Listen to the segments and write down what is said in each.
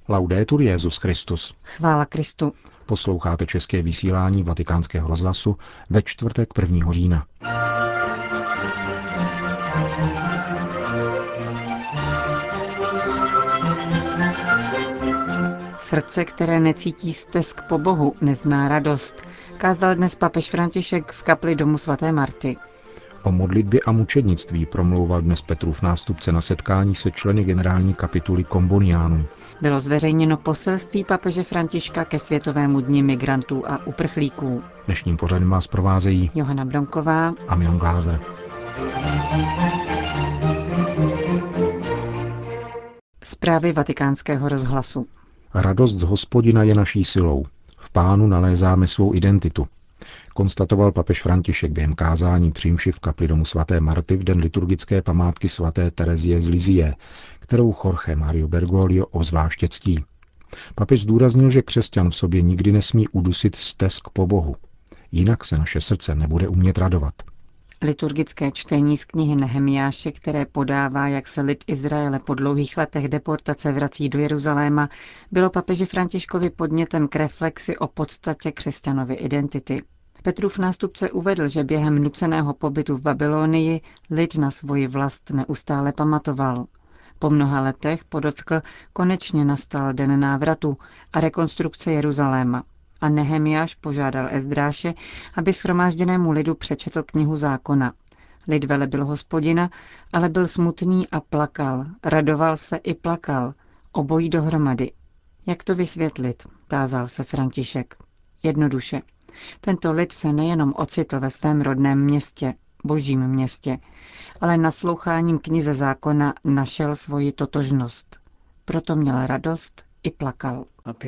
Laudetur Jesus Christus. Chvála Kristu. Posloucháte české vysílání Vatikánského rozhlasu ve čtvrtek 1. října. Srdce, které necítí stesk po Bohu, nezná radost, kázal dnes papež František v kapli domu svaté Marty. O modlitbě a mučednictví promlouval dnes Petrův nástupce na setkání se členy generální kapituly Komboniánů. Bylo zveřejněno poselství papeže Františka ke Světovému dni migrantů a uprchlíků. Dnešním pořadem vás provázejí Johana Bronková a Milan Glázer. Zprávy Vatikánského rozhlasu. Radost z Hospodina je naší silou. V Pánu nalézáme svou identitu, konstatoval papež František během kázání při mši v kapli domu svaté Marty v den liturgické památky svaté Terezie z Lisie, kterou Jorge Mario Bergoglio obzvláště ctí. Papež zdůraznil, že křesťan v sobě nikdy nesmí udusit stesk po Bohu. Jinak se naše srdce nebude umět radovat. Liturgické čtení z knihy Nehemiáše, které podává, jak se lid Izraele po dlouhých letech deportace vrací do Jeruzaléma, bylo papeži Františkovi podnětem k reflexi o podstatě křesťanovy identity. Petrův nástupce uvedl, že během nuceného pobytu v Babylonii lid na svoji vlast neustále pamatoval. Po mnoha letech, podotkl, konečně nastal den návratu a rekonstrukce Jeruzaléma. A Nehemiáš požádal Ezdráše, aby shromážděnému lidu přečetl knihu zákona. Lid velebil Hospodina, ale byl smutný a plakal, radoval se i plakal, obojí dohromady. Jak to vysvětlit, tázal se František. Jednoduše. Tento lid se nejenom ocitl ve svém rodném městě, božím městě, ale nasloucháním knize zákona našel svoji totožnost. Proto měl radost i plakal.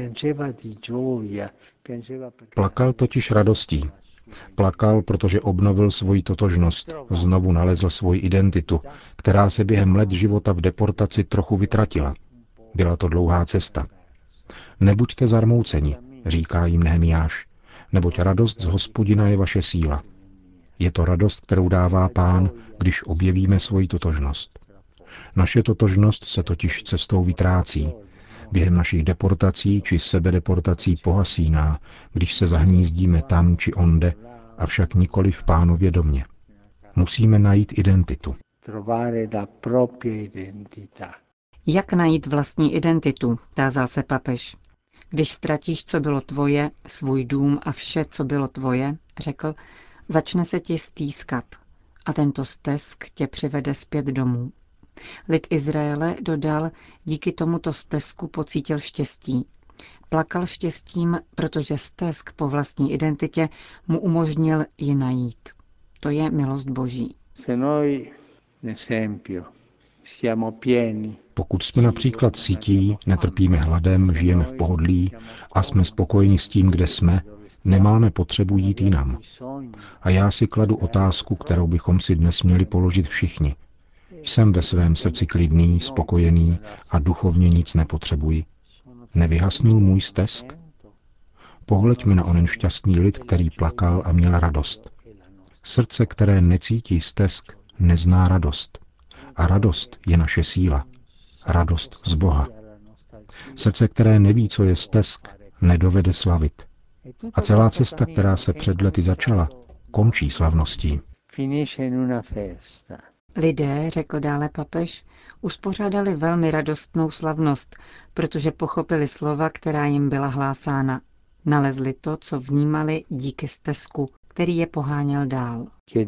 Plakal totiž radostí. Plakal, protože obnovil svoji totožnost, znovu nalezl svoji identitu, která se během let života v deportaci trochu vytratila. Byla to dlouhá cesta. Nebuďte zarmouceni, říká jim Nehemiáš, neboť radost z Hospodina je vaše síla. Je to radost, kterou dává Pán, když objevíme svoji totožnost. Naše totožnost se totiž cestou vytrácí. Během našich deportací či sebedeportací pohasíná, když se zahnízdíme tam či onde, avšak nikoli v Pánově domě. Musíme najít identitu. Jak najít vlastní identitu, tázal se papež. Když ztratíš, co bylo tvoje, svůj dům a vše, co bylo tvoje, řekl, začne se ti stýskat a tento stesk tě přivede zpět domů. Lid Izraele, dodal, díky tomuto stesku pocítil štěstí. Plakal štěstím, protože stesk po vlastní identitě mu umožnil ji najít. To je milost Boží. Pokud jsme například sytí, netrpíme hladem, žijeme v pohodlí a jsme spokojeni s tím, kde jsme, nemáme potřebu jít jinam. A já si kladu otázku, kterou bychom si dnes měli položit všichni. Jsem ve svém srdci klidný, spokojený a duchovně nic nepotřebuji. Nevyhasnul můj stesk? Pohleďme na onen šťastný lid, který plakal a měl radost. Srdce, které necítí stesk, nezná radost. A radost je naše síla. Radost z Boha. Srdce, které neví, co je stesk, nedovede slavit. A celá cesta, která se před lety začala, končí slavností. Lidé, řekl dále papež, uspořádali velmi radostnou slavnost, protože pochopili slova, která jim byla hlásána. Nalezli to, co vnímali díky stesku, který je poháněl dál.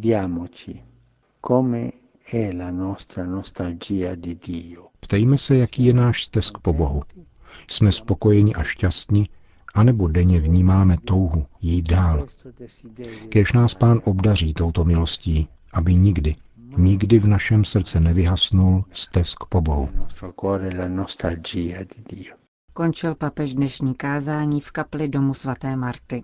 Ptejme se, jaký je náš stesk po Bohu. Jsme spokojeni a šťastní, anebo denně vnímáme touhu jít dál. Kéž nás Pán obdaří touto milostí, aby nikdy v našem srdce nevyhasnul stesk po Bohu. Končil papež dnešní kázání v kapli domu svaté Marty.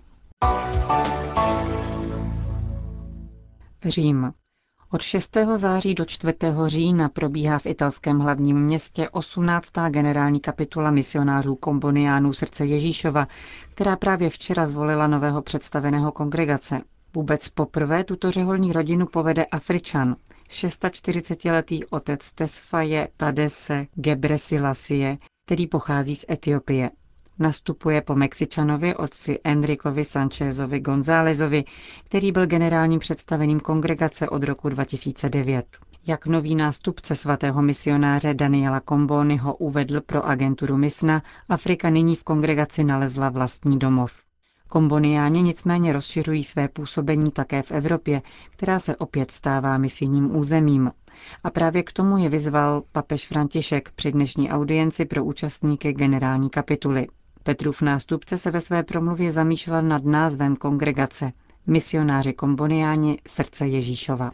Řím. Od 6. září do 4. října probíhá v italském hlavním městě 18. generální kapitula misionářů Komboniánů srdce Ježíšova, která právě včera zvolila nového představeného kongregace. Vůbec poprvé tuto řeholní rodinu povede Afričan, 46letý otec Tesfaye Tadesse Gebresilassie, který pochází z Etiopie. Nastupuje po Mexičanovi otci Enricovi Sanchezovi Gonzálezovi, který byl generálním představeným kongregace od roku 2009. Jak nový nástupce svatého misionáře Daniela Comboniho uvedl pro agenturu Misna, Afrika nyní v kongregaci nalezla vlastní domov. Komboniáni nicméně rozšiřují své působení také v Evropě, která se opět stává misijním územím. A právě k tomu je vyzval papež František při dnešní audienci pro účastníky generální kapituly. Petrův nástupce se ve své promluvě zamýšlel nad názvem kongregace Misionáři Komboniáni srdce Ježíšova.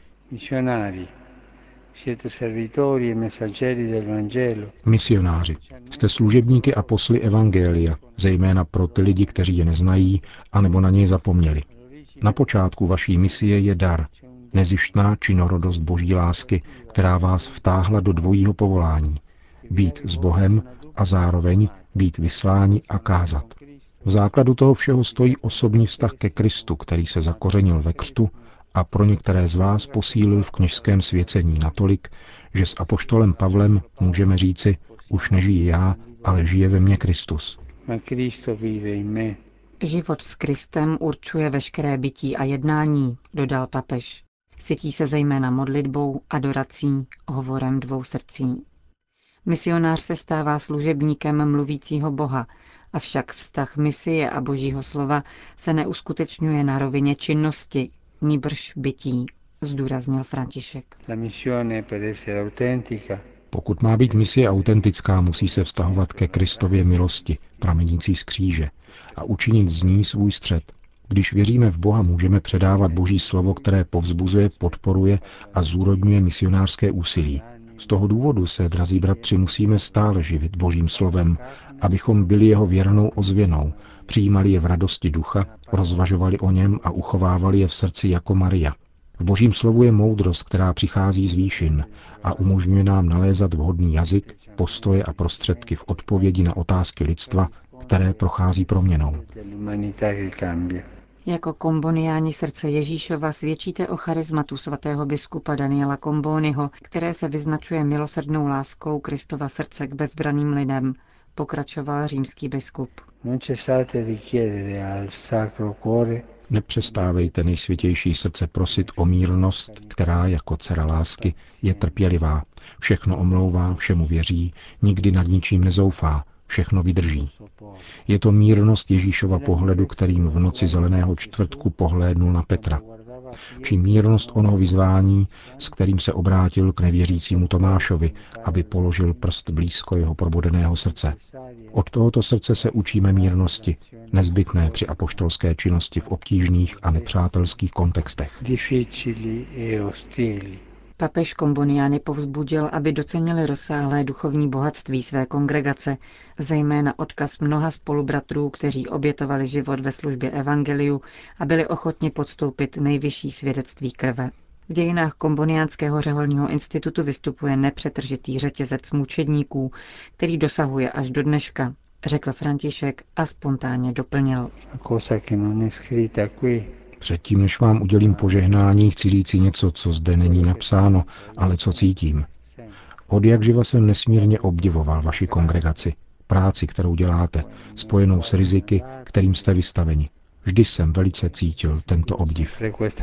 Misionáři, jste služebníky a posly evangelia, zejména pro ty lidi, kteří je neznají, anebo na něj zapomněli. Na počátku vaší misie je dar, nezištná činorodost boží lásky, která vás vtáhla do dvojího povolání. Být s Bohem a zároveň být vysláni a kázat. V základu toho všeho stojí osobní vztah ke Kristu, který se zakořenil ve křtu a pro některé z vás posílil v kněžském svěcení natolik, že s apoštolem Pavlem můžeme říci, už nežiji já, ale žije ve mně Kristus. Život s Kristem určuje veškeré bytí a jednání, dodal papež. Sytí se zejména modlitbou, adorací, hovorem dvou srdcí. Misionář se stává služebníkem mluvícího Boha, avšak vztah misie a božího slova se neuskutečňuje na rovině činnosti, nýbrž bytí, zdůraznil František. Pokud má být misie autentická, musí se vztahovat ke Kristově milosti, pramenící z kříže, a učinit z ní svůj střed. Když věříme v Boha, můžeme předávat boží slovo, které povzbuzuje, podporuje a zúrodňuje misionářské úsilí. Z toho důvodu se, drazí bratři, musíme stále živit božím slovem, abychom byli jeho věrnou ozvěnou, přijímali je v radosti ducha, rozvažovali o něm a uchovávali je v srdci jako Maria. V božím slovu je moudrost, která přichází z výšin a umožňuje nám nalézat vhodný jazyk, postoje a prostředky v odpovědi na otázky lidstva, které prochází proměnou. Jako komboniáni srdce Ježíšova svědčíte o charizmatu svatého biskupa Daniela Comboniho, které se vyznačuje milosrdnou láskou Kristova srdce k bezbranným lidem, pokračoval římský biskup. Nepřestávejte nejsvětější srdce prosit o mírnost, která jako dcera lásky je trpělivá, všechno omlouvá, všemu věří, nikdy nad ničím nezoufá, všechno vydrží. Je to mírnost Ježíšova pohledu, kterým v noci zeleného čtvrtku pohlédnul na Petra. Či mírnost onoho vyzvání, s kterým se obrátil k nevěřícímu Tomášovi, aby položil prst blízko jeho probudeného srdce. Od tohoto srdce se učíme mírnosti, nezbytné při apoštolské činnosti v obtížných a nepřátelských kontextech. Papež Comboniány povzbudil, aby docenili rozsáhlé duchovní bohatství své kongregace, zejména odkaz mnoha spolubratrů, kteří obětovali život ve službě evangeliu a byli ochotni podstoupit nejvyšší svědectví krve. V dějinách Komboniánského řeholního institutu vystupuje nepřetržitý řetězec mučedníků, který dosahuje až do dneška, řekl František a spontánně doplnil. Předtím, než vám udělím požehnání, chci říci něco, co zde není napsáno, ale co cítím. Od jak živa jsem nesmírně obdivoval vaši kongregaci, práci, kterou děláte, spojenou s riziky, kterým jste vystaveni. Vždy jsem velice cítil tento obdiv.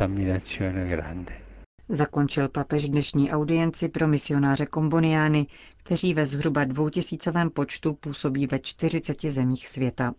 Zakončil papež dnešní audienci pro misionáře Comboniány, kteří ve zhruba 2000 počtu působí ve 40 zemích světa.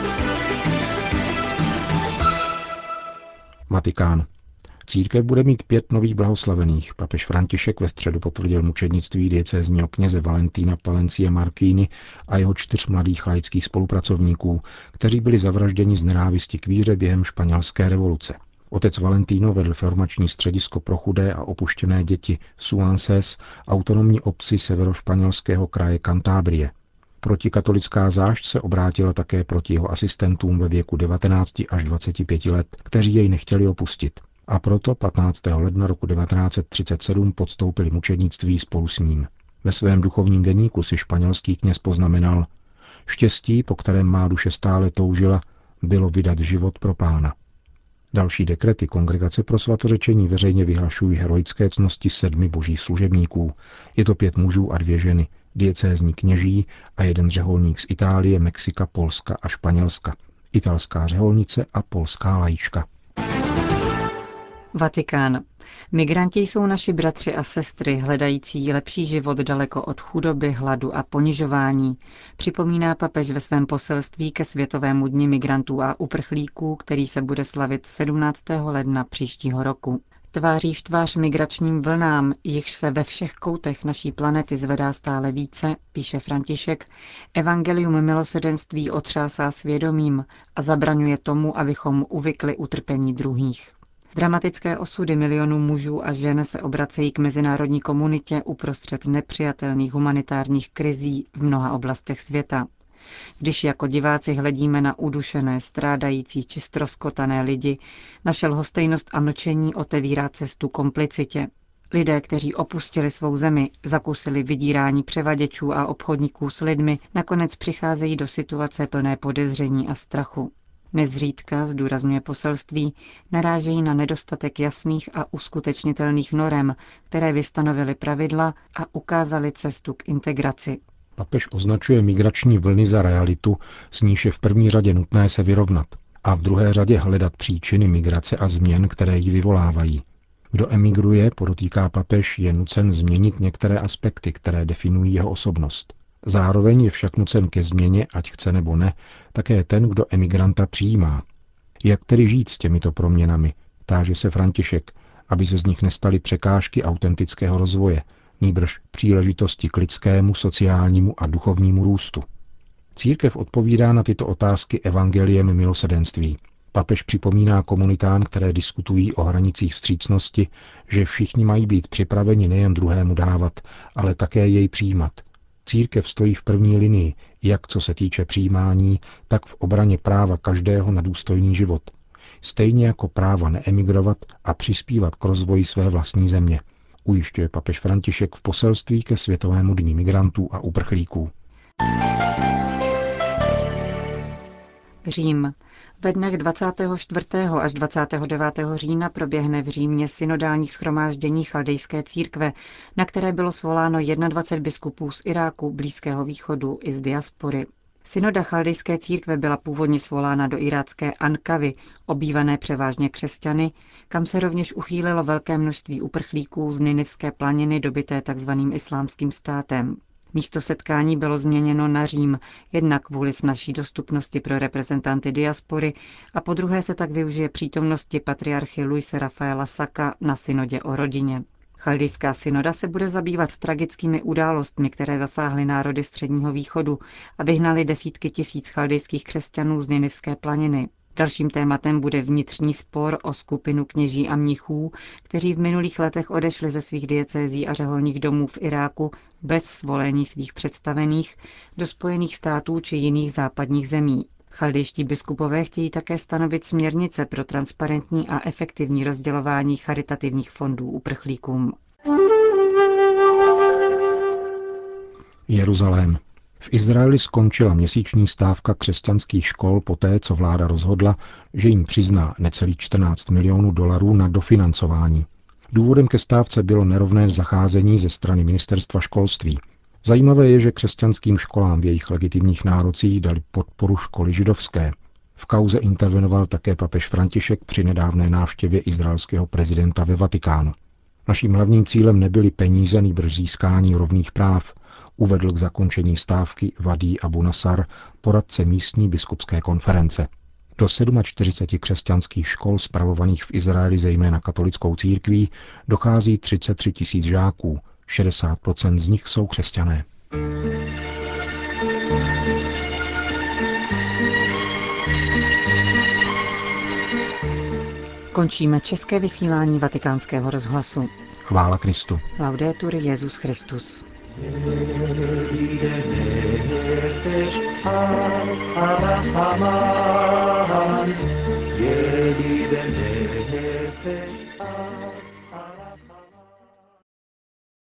Vatikán. Církev bude mít 5 nových blahoslavených. Papež František ve středu potvrdil mučednictví diecézního kněze Valentína Palencia Marchini a jeho 4 mladých laických spolupracovníků, kteří byli zavražděni z nenávisti k víře během španělské revoluce. Otec Valentino vedl formační středisko pro chudé a opuštěné děti Suances, autonomní obci severošpanělského kraje Cantábrie. Protikatolická zášť se obrátila také proti jeho asistentům ve věku 19 až 25 let, kteří jej nechtěli opustit. A proto 15. ledna roku 1937 podstoupili mučednictví spolu s ním. Ve svém duchovním deníku si španělský kněz poznamenal: štěstí, po kterém má duše stále toužila, bylo vydat život pro Pána. Další dekrety Kongregace pro svatořečení veřejně vyhlašují heroické ctnosti 7 božích služebníků. Je to 5 mužů a 2 ženy, diecézní kněží a jeden řeholník z Itálie, Mexika, Polska a Španělska, italská řeholnice a polská laička. Vatikán. Migranti jsou naši bratři a sestry, hledající lepší život daleko od chudoby, hladu a ponižování, připomíná papež ve svém poselství ke Světovému dni migrantů a uprchlíků, který se bude slavit 17. ledna příštího roku. Tváří v tvář migračním vlnám, jichž se ve všech koutech naší planety zvedá stále více, píše František, evangelium milosrdenství otřásá svědomím a zabraňuje tomu, abychom uvykli utrpení druhých. Dramatické osudy milionů mužů a žen se obracejí k mezinárodní komunitě uprostřed nepřijatelných humanitárních krizí v mnoha oblastech světa. Když jako diváci hledíme na udušené, strádající či ztroskotané lidi, naše lhostejnost a mlčení otevírá cestu komplicitě. Lidé, kteří opustili svou zemi, zakusili vydírání převaděčů a obchodníků s lidmi, nakonec přicházejí do situace plné podezření a strachu. Nezřídka, zdůrazňuje poselství, narážejí na nedostatek jasných a uskutečnitelných norem, které by stanovily pravidla a ukázaly cestu k integraci. Papež označuje migrační vlny za realitu, s níž je v první řadě nutné se vyrovnat a v druhé řadě hledat příčiny migrace a změn, které ji vyvolávají. Kdo emigruje, podotýká papež, je nucen změnit některé aspekty, které definují jeho osobnost. Zároveň je však nucen ke změně, ať chce nebo ne, také ten, kdo emigranta přijímá. Jak tedy žít s těmito proměnami, táže se František, aby se z nich nestaly překážky autentického rozvoje, nýbrž příležitosti k lidskému, sociálnímu a duchovnímu růstu. Církev odpovídá na tyto otázky evangeliem milosrdenství. Papež připomíná komunitám, které diskutují o hranicích vstřícnosti, že všichni mají být připraveni nejen druhému dávat, ale také jej přijímat. Církev stojí v první linii, jak co se týče přijímání, tak v obraně práva každého na důstojný život. Stejně jako práva neemigrovat a přispívat k rozvoji své vlastní země, ujišťuje papež František v poselství ke Světovému dni migrantů a uprchlíků. Řím. Ve dnech 24. až 29. října proběhne v Římě synodální shromáždění chaldejské církve, na které bylo svoláno 21 biskupů z Iráku, Blízkého východu i z diaspory. Synoda chaldejské církve byla původně svolána do irácké Ankavy, obývané převážně křesťany, kam se rovněž uchýlilo velké množství uprchlíků z Ninivské planiny dobyté tzv. Islámským státem. Místo setkání bylo změněno na Řím, jednak kvůli snazší dostupnosti pro reprezentanty diaspory a po druhé se tak využije přítomnosti patriarchy Luise Rafaela Saka na synodě o rodině. Chaldejská synoda se bude zabývat tragickými událostmi, které zasáhly národy Středního východu a vyhnaly desítky tisíc chaldejských křesťanů z Ninivské planiny. Dalším tématem bude vnitřní spor o skupinu kněží a mnichů, kteří v minulých letech odešli ze svých diecézí a řeholních domů v Iráku bez svolení svých představených do Spojených států či jiných západních zemí. Chaldejští biskupové chtějí také stanovit směrnice pro transparentní a efektivní rozdělování charitativních fondů uprchlíkům. Jeruzalém. V Izraeli skončila měsíční stávka křesťanských škol poté, co vláda rozhodla, že jim přizná necelých 14 milionů dolarů na dofinancování. Důvodem ke stávce bylo nerovné zacházení ze strany ministerstva školství. Zajímavé je, že křesťanským školám v jejich legitimních nárocích dali podporu školy židovské. V kauze intervenoval také papež František při nedávné návštěvě izraelského prezidenta ve Vatikánu. Naším hlavním cílem nebyly peníze, nýbrž získání rovných práv, uvedl k zakončení stávky Vadí Abu Nasar, poradce místní biskupské konference. Do 47 křesťanských škol spravovaných v Izraeli zejména katolickou církví dochází 33 000 žáků, 60% z nich jsou křesťané. Končíme české vysílání Vatikánského rozhlasu. Chvála Kristu. Laudetur Jesus Christus.